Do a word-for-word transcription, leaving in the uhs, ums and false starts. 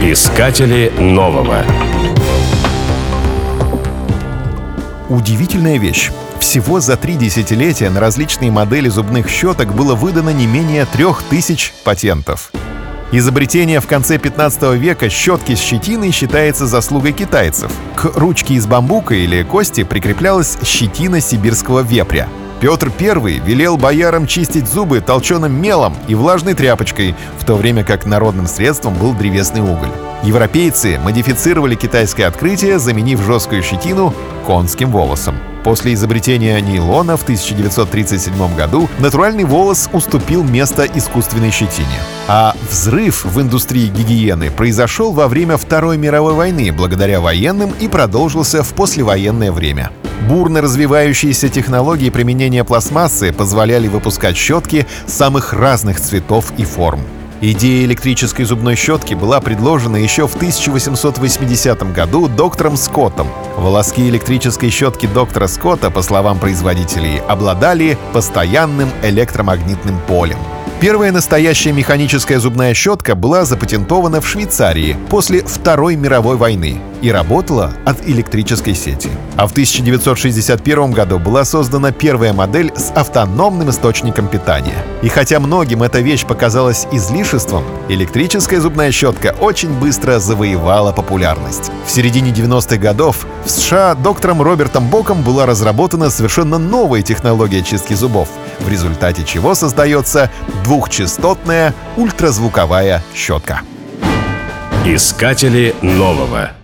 Искатели нового. Удивительная вещь. Всего за три десятилетия на различные модели зубных щеток было выдано не менее трех тысяч патентов. Изобретение в конце пятнадцатого века щетки с щетиной считается заслугой китайцев. К ручке из бамбука или кости прикреплялась щетина сибирского вепря. Петр Первый велел боярам чистить зубы толченым мелом и влажной тряпочкой, в то время как народным средством был древесный уголь. Европейцы модифицировали китайское открытие, заменив жесткую щетину конским волосом. После изобретения нейлона в тысяча девятьсот тридцать седьмом году натуральный волос уступил место искусственной щетине. А взрыв в индустрии гигиены произошел во время Второй мировой войны благодаря военным и продолжился в послевоенное время. Бурно развивающиеся технологии применения пластмассы позволяли выпускать щетки самых разных цветов и форм. Идея электрической зубной щетки была предложена еще в тысяча восемьсот восьмидесятом году доктором Скоттом. Волоски электрической щетки доктора Скотта, по словам производителей, обладали постоянным электромагнитным полем. Первая настоящая механическая зубная щетка была запатентована в Швейцарии после Второй мировой войны и работала от электрической сети. А в тысяча девятьсот шестьдесят первом году была создана первая модель с автономным источником питания. И хотя многим эта вещь показалась излишеством, электрическая зубная щетка очень быстро завоевала популярность. В середине девяностых годов в США доктором Робертом Боком была разработана совершенно новая технология чистки зубов, в результате чего создается двухчастотная ультразвуковая щетка. Искатели нового.